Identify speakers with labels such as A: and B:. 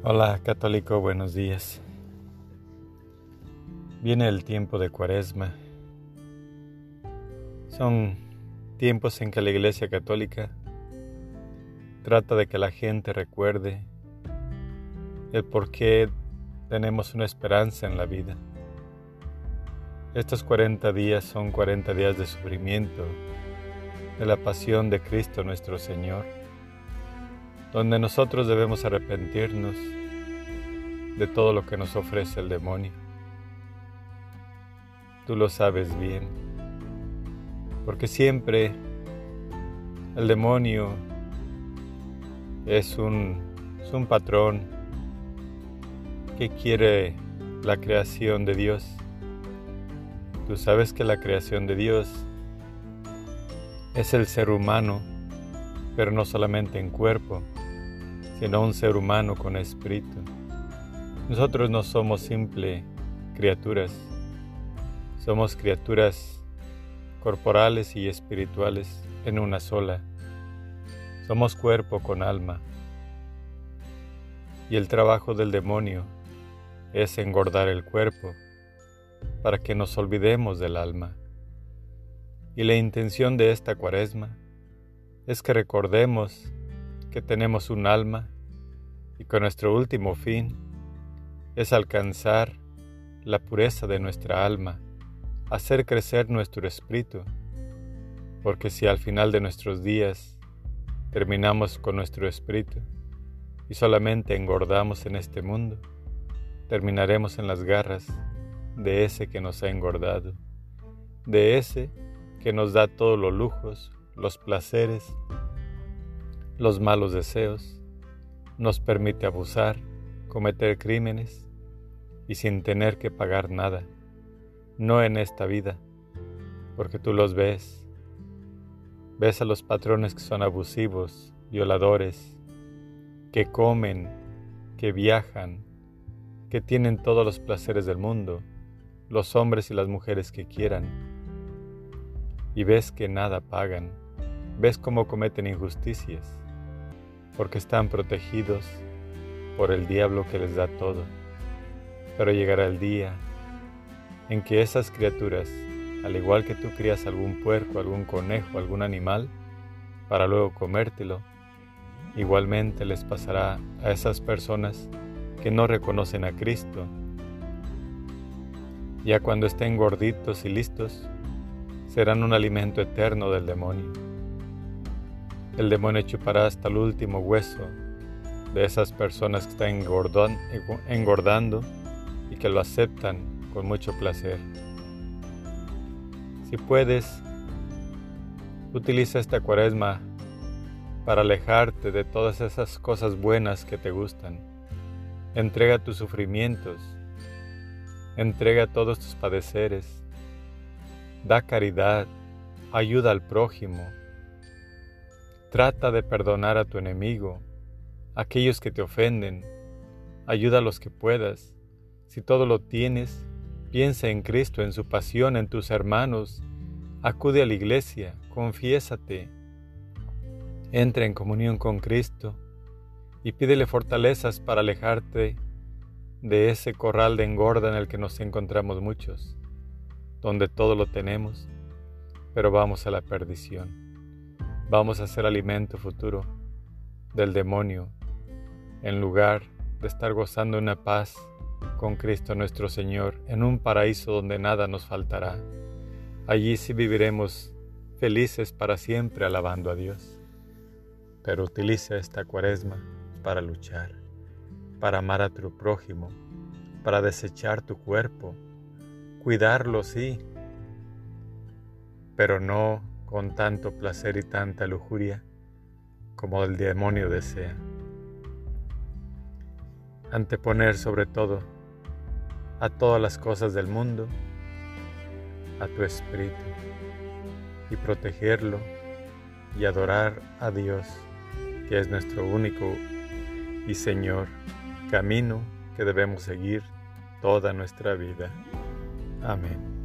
A: Hola católico, buenos días. Viene el tiempo de Cuaresma. Son tiempos en que la Iglesia Católica trata de que la gente recuerde el por qué tenemos una esperanza en la vida. Estos 40 días son 40 días de sufrimiento, de la pasión de Cristo nuestro Señor, donde nosotros debemos arrepentirnos de todo lo que nos ofrece el demonio. Tú lo sabes bien, porque siempre el demonio es un patrón que quiere la creación de Dios. Tú sabes que la creación de Dios es el ser humano, pero no solamente en cuerpo, sino un ser humano con espíritu. Nosotros no somos simples criaturas, somos criaturas corporales y espirituales en una sola. Somos cuerpo con alma. Y el trabajo del demonio es engordar el cuerpo para que nos olvidemos del alma. Y la intención de esta Cuaresma es que recordemos que tenemos un alma y que nuestro último fin es alcanzar la pureza de nuestra alma, hacer crecer nuestro espíritu, porque si al final de nuestros días terminamos con nuestro espíritu y solamente engordamos en este mundo, terminaremos en las garras de ese que nos ha engordado, de ese que nos da todos los lujos, los placeres, los malos deseos, nos permite abusar, cometer crímenes y sin tener que pagar nada, no en esta vida, porque tú los ves a los patrones que son abusivos, violadores, que comen, que viajan, que tienen todos los placeres del mundo, los hombres y las mujeres que quieran, y ves que nada pagan, ves cómo cometen injusticias, porque están protegidos por el diablo que les da todo. Pero llegará el día en que esas criaturas, al igual que tú crías algún puerco, algún conejo, algún animal, para luego comértelo, igualmente les pasará a esas personas que no reconocen a Cristo. Ya cuando estén gorditos y listos, serán un alimento eterno del demonio. El demonio chupará hasta el último hueso de esas personas que están engordando y que lo aceptan con mucho placer. Si puedes, utiliza esta Cuaresma para alejarte de todas esas cosas buenas que te gustan. Entrega tus sufrimientos, entrega todos tus padeceres, da caridad, ayuda al prójimo, trata de perdonar a tu enemigo, a aquellos que te ofenden, ayuda a los que puedas. Si todo lo tienes, piensa en Cristo, en su pasión, en tus hermanos, acude a la iglesia, confiésate, entra en comunión con Cristo y pídele fortalezas para alejarte de ese corral de engorda en el que nos encontramos muchos, donde todo lo tenemos, pero vamos a la perdición. Vamos a ser alimento futuro del demonio, en lugar de estar gozando una paz con Cristo nuestro Señor, en un paraíso donde nada nos faltará. Allí sí viviremos felices para siempre alabando a Dios. Pero utiliza esta Cuaresma para luchar, para amar a tu prójimo, para desechar tu cuerpo, cuidarlo sí, pero no con tanto placer y tanta lujuria como el demonio desea. Anteponer sobre todo a todas las cosas del mundo a tu espíritu y protegerlo y adorar a Dios, que es nuestro único y Señor, camino que debemos seguir toda nuestra vida. Amén.